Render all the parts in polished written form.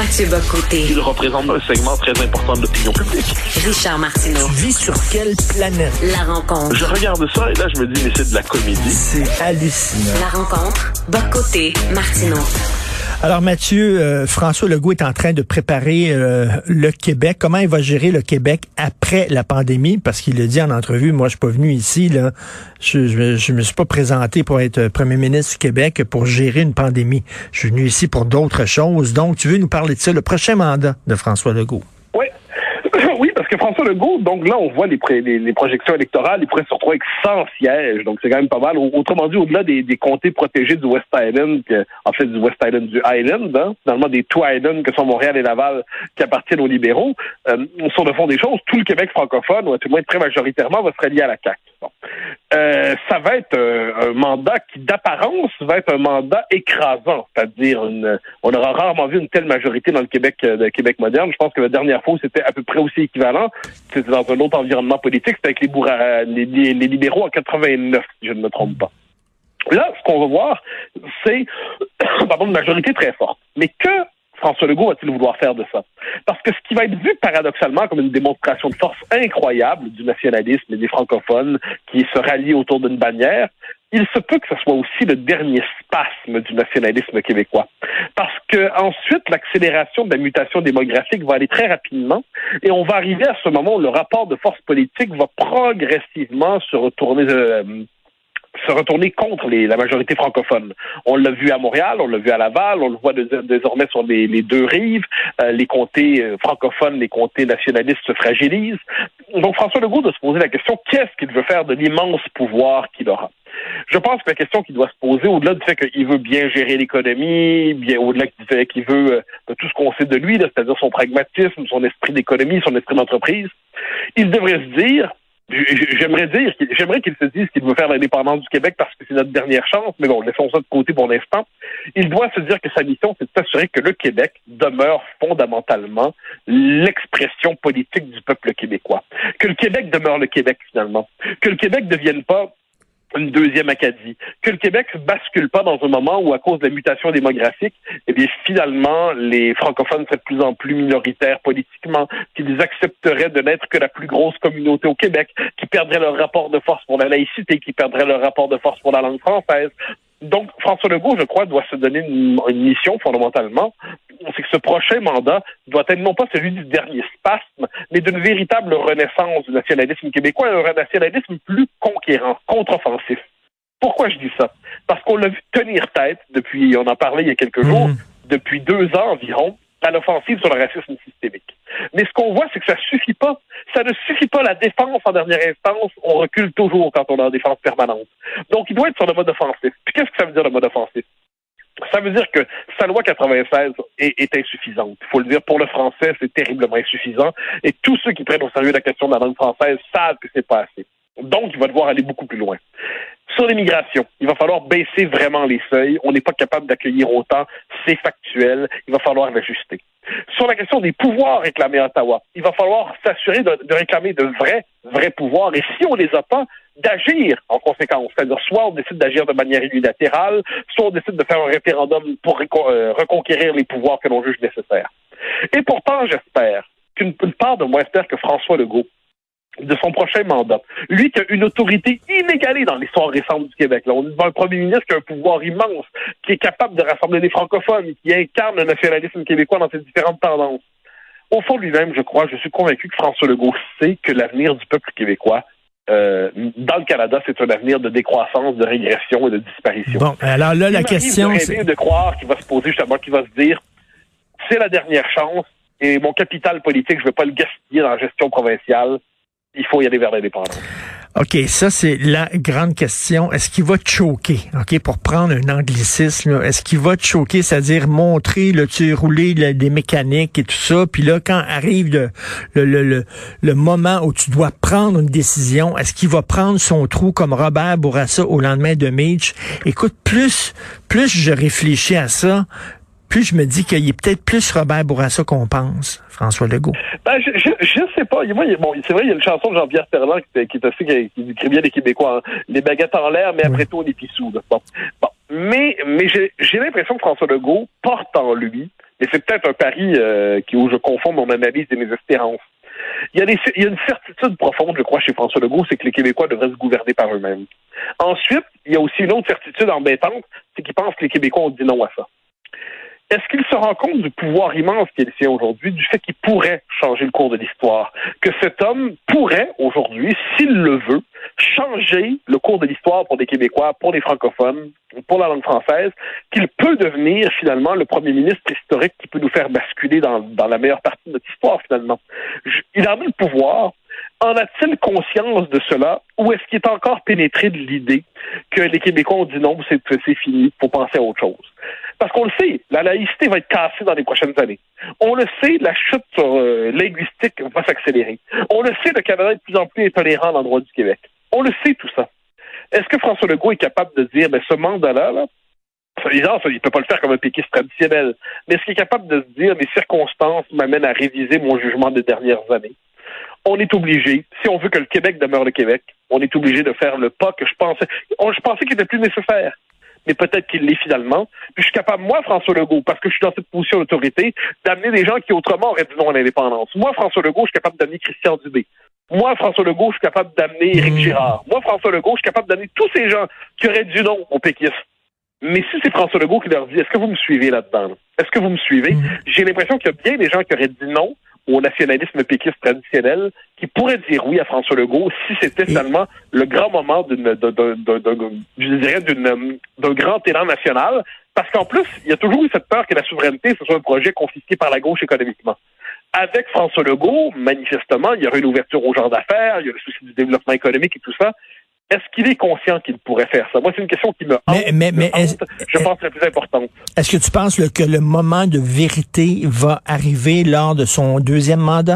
Mathieu Bock-Côté. Il représente un segment très important de l'opinion publique. Richard Martineau. Tu vis sur quelle planète? La rencontre. Je regarde ça et là, je me dis, mais c'est de la comédie. C'est hallucinant. La rencontre. Bock-Côté. Martineau. Alors Mathieu, François Legault est en train de préparer le Québec. Comment il va gérer le Québec après la pandémie? Parce qu'il l'a dit en entrevue, moi je suis pas venu ici, là. Je me suis pas présenté pour être premier ministre du Québec pour gérer une pandémie. Je suis venu ici pour d'autres choses. Donc, tu veux nous parler de ça, le prochain mandat de François Legault? Oui. Oui, parce que François Legault, donc là, on voit les projections électorales, il pourrait se retrouver avec 100 sièges, donc c'est quand même pas mal. Autrement dit, au-delà des comtés protégés du West Island, du West Island, du Island, finalement des two Islands que sont Montréal et Laval, qui appartiennent aux libéraux, sur le fond des choses, tout le Québec francophone, ou à tout le moins très majoritairement, va se rallier à la CAQ. Bon. Ça va être un mandat qui, d'apparence, va être un mandat écrasant, c'est-à-dire on aura rarement vu une telle majorité dans le Québec moderne. Je pense que la dernière fois où c'était à peu près aussi équivalent, c'était dans un autre environnement politique, c'était avec les libéraux en 89, si je ne me trompe pas. Là, ce qu'on va voir, c'est une majorité très forte. Mais que François Legault va-t-il vouloir faire de ça? Parce que ce qui va être vu paradoxalement comme une démonstration de force incroyable du nationalisme et des francophones qui se rallient autour d'une bannière, il se peut que ce soit aussi le dernier spasme du nationalisme québécois. Parce que ensuite, l'accélération de la mutation démographique va aller très rapidement et on va arriver à ce moment où le rapport de force politique va progressivement se retourner contre la majorité francophone. On l'a vu à Montréal, on l'a vu à Laval, on le voit désormais sur les deux rives. Les comtés francophones, les comtés nationalistes se fragilisent. Donc François Legault doit se poser la question, qu'est-ce qu'il veut faire de l'immense pouvoir qu'il aura? Je pense que la question qu'il doit se poser, au-delà du fait qu'il veut bien gérer l'économie, bien au-delà du fait qu'il veut tout ce qu'on sait de lui, c'est-à-dire son pragmatisme, son esprit d'économie, son esprit d'entreprise, il devrait se dire, j'aimerais qu'il se dise qu'il veut faire l'indépendance du Québec parce que c'est notre dernière chance, mais bon, laissons ça de côté pour l'instant. Il doit se dire que sa mission, c'est de s'assurer que le Québec demeure fondamentalement l'expression politique du peuple québécois. Que le Québec demeure le Québec, finalement. Que le Québec ne devienne pas une deuxième Acadie. Que le Québec ne bascule pas dans un moment où, à cause de la mutation démographique, eh bien, finalement, les francophones seraient de plus en plus minoritaires politiquement, qu'ils accepteraient de n'être que la plus grosse communauté au Québec, qui perdraient leur rapport de force pour la laïcité, qui perdraient leur rapport de force pour la langue française. Donc, François Legault, je crois, doit se donner une mission, fondamentalement. C'est que ce prochain mandat doit être non pas celui du dernier spasme, mais d'une véritable renaissance du nationalisme québécois, un nationalisme plus conquérant, contre-offensif. Pourquoi je dis ça? Parce qu'on l'a vu tenir tête depuis, on en parlait il y a quelques jours, depuis 2 ans environ, à l'offensive sur le racisme systémique. Mais ce qu'on voit, c'est que ça suffit pas. Ça ne suffit pas la défense en dernière instance. On recule toujours quand on est en défense permanente. Donc, il doit être sur le mode offensif. Puis qu'est-ce que ça veut dire, le mode offensif? Ça veut dire que sa loi 96 est insuffisante. Il faut le dire, pour le français, c'est terriblement insuffisant. Et tous ceux qui prennent au sérieux la question de la langue française savent que c'est pas assez. Donc, il va devoir aller beaucoup plus loin. Sur l'immigration, il va falloir baisser vraiment les seuils. On n'est pas capable d'accueillir autant. C'est factuel. Il va falloir l'ajuster. Sur la question des pouvoirs réclamés à Ottawa, il va falloir s'assurer de réclamer de vrais pouvoirs. Et si on les a pas, d'agir en conséquence. C'est-à-dire, soit on décide d'agir de manière unilatérale, soit on décide de faire un référendum pour reconquérir les pouvoirs que l'on juge nécessaires. Et pourtant, j'espère qu'une part de moi espère que François Legault, de son prochain mandat, lui qui a une autorité inégalée dans l'histoire récente du Québec. Là, on est devant un premier ministre qui a un pouvoir immense, qui est capable de rassembler les francophones, qui incarne le nationalisme québécois dans ses différentes tendances. Au fond de lui-même, je suis convaincu que François Legault sait que l'avenir du peuple québécois dans le Canada, c'est un avenir de décroissance, de régression et de disparition. Bon, alors là, la question, c'est de croire qu'il va se poser justement, qu'il va se dire, c'est la dernière chance et mon capital politique, je ne vais pas le gaspiller dans la gestion provinciale. Il faut y aller vers l'indépendance. OK, ça, c'est la grande question. Est-ce qu'il va te choquer? OK, pour prendre un anglicisme, là, est-ce qu'il va te choquer, c'est-à-dire montrer, là, tu rouler des mécaniques et tout ça, puis là, quand arrive le moment où tu dois prendre une décision, est-ce qu'il va prendre son trou comme Robert Bourassa au lendemain de Mitch? Écoute, plus je réfléchis à ça, plus je me dis qu'il est peut-être plus Robert Bourassa qu'on pense, François Legault. Ben, je sais pas. Moi, bon, c'est vrai, il y a une chanson de Jean-Pierre Ferland qui décrit bien les Québécois, hein. Les baguettes en l'air, mais après tout, on est pissous. Bon. Mais j'ai l'impression que François Legault porte en lui mais c'est peut-être un pari où je confonds mon analyse et mes espérances. Il y a une certitude profonde, je crois, chez François Legault, c'est que les Québécois devraient se gouverner par eux-mêmes. Ensuite, il y a aussi une autre certitude embêtante, c'est qu'ils pensent que les Québécois ont dit non à ça. Est-ce qu'il se rend compte du pouvoir immense qu'il tient aujourd'hui, du fait qu'il pourrait changer le cours de l'histoire? Que cet homme pourrait, aujourd'hui, s'il le veut, changer le cours de l'histoire pour les Québécois, pour les francophones, pour la langue française, qu'il peut devenir, finalement, le premier ministre historique qui peut nous faire basculer dans la meilleure partie de notre histoire, finalement. Il en a le pouvoir. En a-t-il conscience de cela, ou est-ce qu'il est encore pénétré de l'idée que les Québécois ont dit non, c'est fini, il faut penser à autre chose? Parce qu'on le sait, la laïcité va être cassée dans les prochaines années. On le sait, la chute linguistique va s'accélérer. On le sait, le Canada est de plus en plus intolérant à l'endroit du Québec. On le sait, tout ça. Est-ce que François Legault est capable de dire, ce mandat-là, il ne peut pas le faire comme un péquiste traditionnel, mais est-ce qu'il est capable de se dire, les circonstances m'amènent à réviser mon jugement des dernières années? On est obligé, si on veut que le Québec demeure le Québec, on est obligé de faire le pas que je pensais qu'il était plus nécessaire. Mais peut-être qu'il l'est finalement. Puis je suis capable, moi, François Legault, parce que je suis dans cette position d'autorité, d'amener des gens qui autrement auraient dit non à l'indépendance. Moi, François Legault, je suis capable d'amener Christian Dubé. Moi, François Legault, je suis capable d'amener Éric Girard. Moi, François Legault, je suis capable d'amener tous ces gens qui auraient dit non aux péquistes. Mais si c'est François Legault qui leur dit, est-ce que vous me suivez là-dedans? Est-ce que vous me suivez? J'ai l'impression qu'il y a bien des gens qui auraient dit non au nationalisme péquiste traditionnel, qui pourrait dire oui à François Legault si c'était finalement le grand moment d'un grand élan national. Parce qu'en plus, il y a toujours eu cette peur que la souveraineté, ce soit un projet confisqué par la gauche économiquement. Avec François Legault, manifestement, il y aurait une ouverture aux gens d'affaires, il y a le souci du développement économique et tout ça. Est-ce qu'il est conscient qu'il pourrait faire ça? Moi, c'est une question qui me hante. Je pense la plus importante. Est-ce que tu penses que le moment de vérité va arriver lors de son deuxième mandat?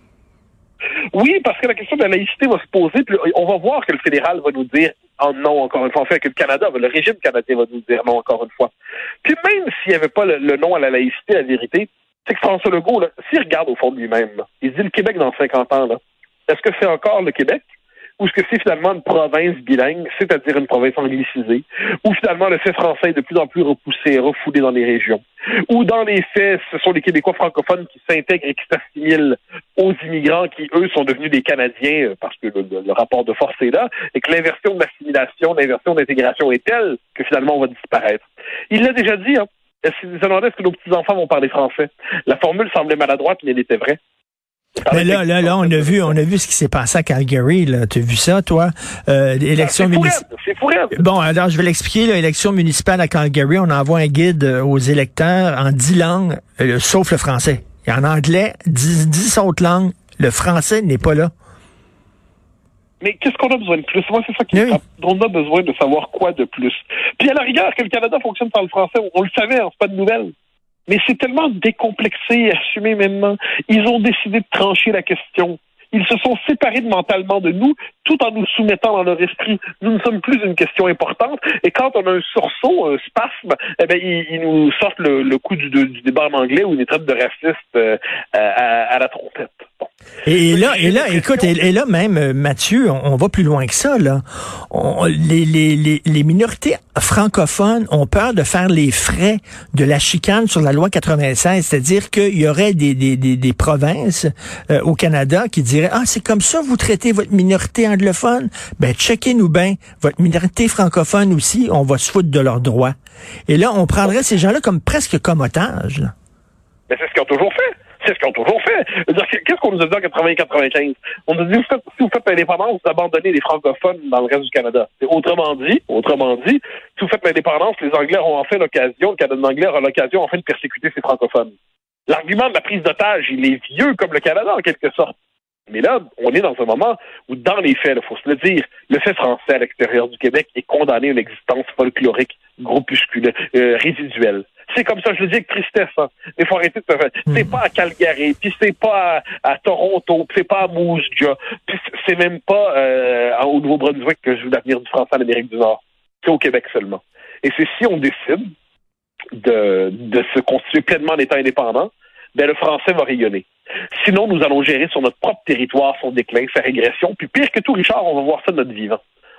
Oui, parce que la question de la laïcité va se poser, puis on va voir que le fédéral va nous dire non encore une fois, en fait que le Canada, le régime canadien va nous dire non encore une fois. Puis même s'il n'y avait pas le non à la laïcité, la vérité, c'est que François Legault, s'il regarde au fond de lui-même, il dit le Québec dans 50 ans, est-ce que c'est encore le Québec? Ou est-ce que c'est finalement une province bilingue, c'est-à-dire une province anglicisée, où finalement le fait français est de plus en plus repoussé et refoulé dans les régions, où dans les faits, ce sont les Québécois francophones qui s'intègrent et qui s'assimilent aux immigrants qui, eux, sont devenus des Canadiens parce que le rapport de force est là, et que l'inversion de l'assimilation, l'inversion d'intégration est telle que finalement on va disparaître. Il l'a déjà dit, est-ce que nos petits-enfants vont parler français? La formule semblait maladroite, mais elle était vraie. Mais là, on a vu ce qui s'est passé à Calgary, là. Tu as vu ça, toi? Élection municipale. C'est fou. Bon, alors, je vais l'expliquer, l'élection municipale à Calgary, on envoie un guide aux électeurs en 10 langues, sauf le français. Et en anglais, 10 autres langues. Le français n'est pas là. Mais qu'est-ce qu'on a besoin de plus? Moi, c'est ça qui me frappe. On a besoin de savoir quoi de plus. Puis à la rigueur, que le Canada fonctionne par le français, on le savait, c'est pas de nouvelles. Mais c'est tellement décomplexé et assumé maintenant. Ils ont décidé de trancher la question. Ils se sont séparés mentalement de nous, tout en nous soumettant dans leur esprit. Nous ne sommes plus une question importante. Et quand on a un sursaut, un spasme, ils nous sortent le coup du débat en anglais où ils nous traitent de racistes à la trompette. Bon. Et là, même, Mathieu, on va plus loin que ça, là. Les minorités francophones ont peur de faire les frais de la chicane sur la loi 96, c'est-à-dire qu'il y aurait des provinces au Canada qui diraient « Ah, c'est comme ça vous traitez votre minorité anglophone? Ben, checkez-nous bien, votre minorité francophone aussi, on va se foutre de leurs droits. » Et là, on prendrait ces gens-là presque comme otages, là. Mais c'est ce qu'ils ont toujours fait. Qu'est-ce qu'on nous a dit en 80-95? On nous a dit, si vous faites l'indépendance, vous abandonnez les francophones dans le reste du Canada. Autrement dit, si vous faites l'indépendance, les Anglais auront enfin l'occasion, le Canada anglais aura l'occasion enfin de persécuter ses francophones. L'argument de la prise d'otage, il est vieux comme le Canada, en quelque sorte. Mais là, on est dans un moment où, dans les faits, il faut se le dire, le fait français à l'extérieur du Québec est condamné à une existence folklorique, groupusculaire, résiduelle. C'est comme ça, je le dis avec tristesse, hein. Mais il faut arrêter de se faire. C'est pas à Calgary, puis c'est pas à Toronto, puis c'est pas à Moose Jaw, puis c'est même pas au Nouveau-Brunswick que joue l'avenir du français en Amérique du Nord. C'est au Québec seulement. Et c'est si on décide de se constituer pleinement en état indépendant, ben le français va rayonner. Sinon, nous allons gérer sur notre propre territoire son déclin, sa régression, puis pire que tout, Richard, on va voir ça de notre vivant.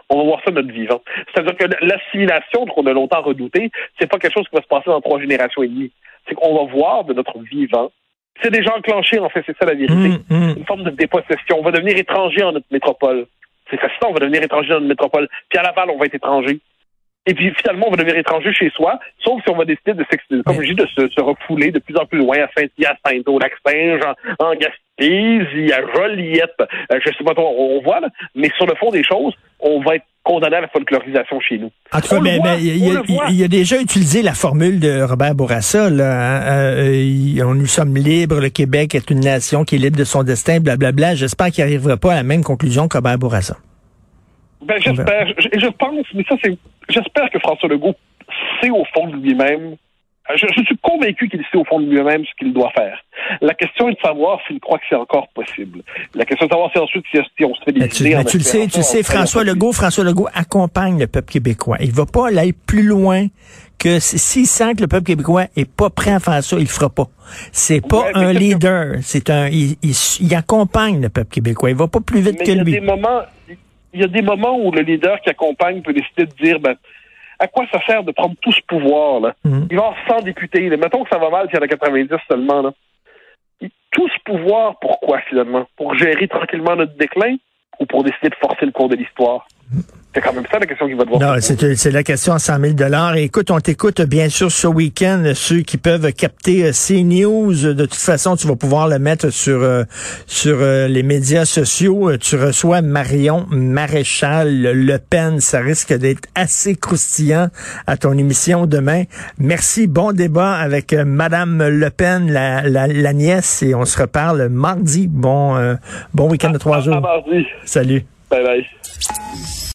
On va voir ça de notre vivant. C'est-à-dire que l'assimilation qu'on a longtemps redoutée, c'est pas quelque chose qui va se passer dans 3 générations et demie. C'est qu'on va voir de notre vivant. C'est déjà enclenché, en fait, c'est ça la vérité. Une forme de dépossession. On va devenir étranger dans notre métropole. C'est fascinant, on va devenir étranger dans notre métropole. Puis à Laval, on va être étranger. Et puis finalement, on va devenir étranger chez soi, sauf si on va décider comme je dis, de se refouler de plus en plus loin à Saint-Hyacinthe, au Lac-Saint, en Gaspésie, à Joliette. Je sais pas trop, on voit, là. Mais sur le fond des choses, on va être condamné à la folklorisation chez nous. En tout cas, il a déjà utilisé la formule de Robert Bourassa, là, nous sommes libres, le Québec est une nation qui est libre de son destin, blablabla. J'espère qu'il n'arrivera pas à la même conclusion que Robert Bourassa. Ben, j'espère. Je pense, mais ça, j'espère que François Legault sait au fond de lui-même. Je suis convaincu qu'il sait au fond de lui-même ce qu'il doit faire. La question est de savoir s'il croit que c'est encore possible. La question est de savoir si ensuite, si on se fait des idées. Tu le sais, François Legault accompagne le peuple québécois. Il va pas aller plus loin que s'il sent que le peuple québécois est pas prêt à faire ça, il le fera pas. C'est pas un leader. Il accompagne le peuple québécois. Il va pas plus vite que lui. Il y a des moments où le leader qui accompagne peut décider de dire, à quoi ça sert de prendre tout ce pouvoir, là? Il va y avoir 100 députés, là. Mettons que ça va mal, puis il y en a 90 seulement, là. Tout ce pouvoir, pourquoi, finalement? Pour gérer tranquillement notre déclin ou pour décider de forcer le cours de l'histoire? C'est quand même ça la question qu'il va devoir. Non, c'est la question à 100 000 $. Et écoute, on t'écoute bien sûr ce week-end. Ceux qui peuvent capter CNews, de toute façon, tu vas pouvoir le mettre sur les médias sociaux. Tu reçois Marion Maréchal Le Pen. Ça risque d'être assez croustillant à ton émission demain. Merci. Bon débat avec Madame Le Pen, la nièce. Et on se reparle mardi. Bon week-end de 3 jours. Mardi. Salut. Bye bye.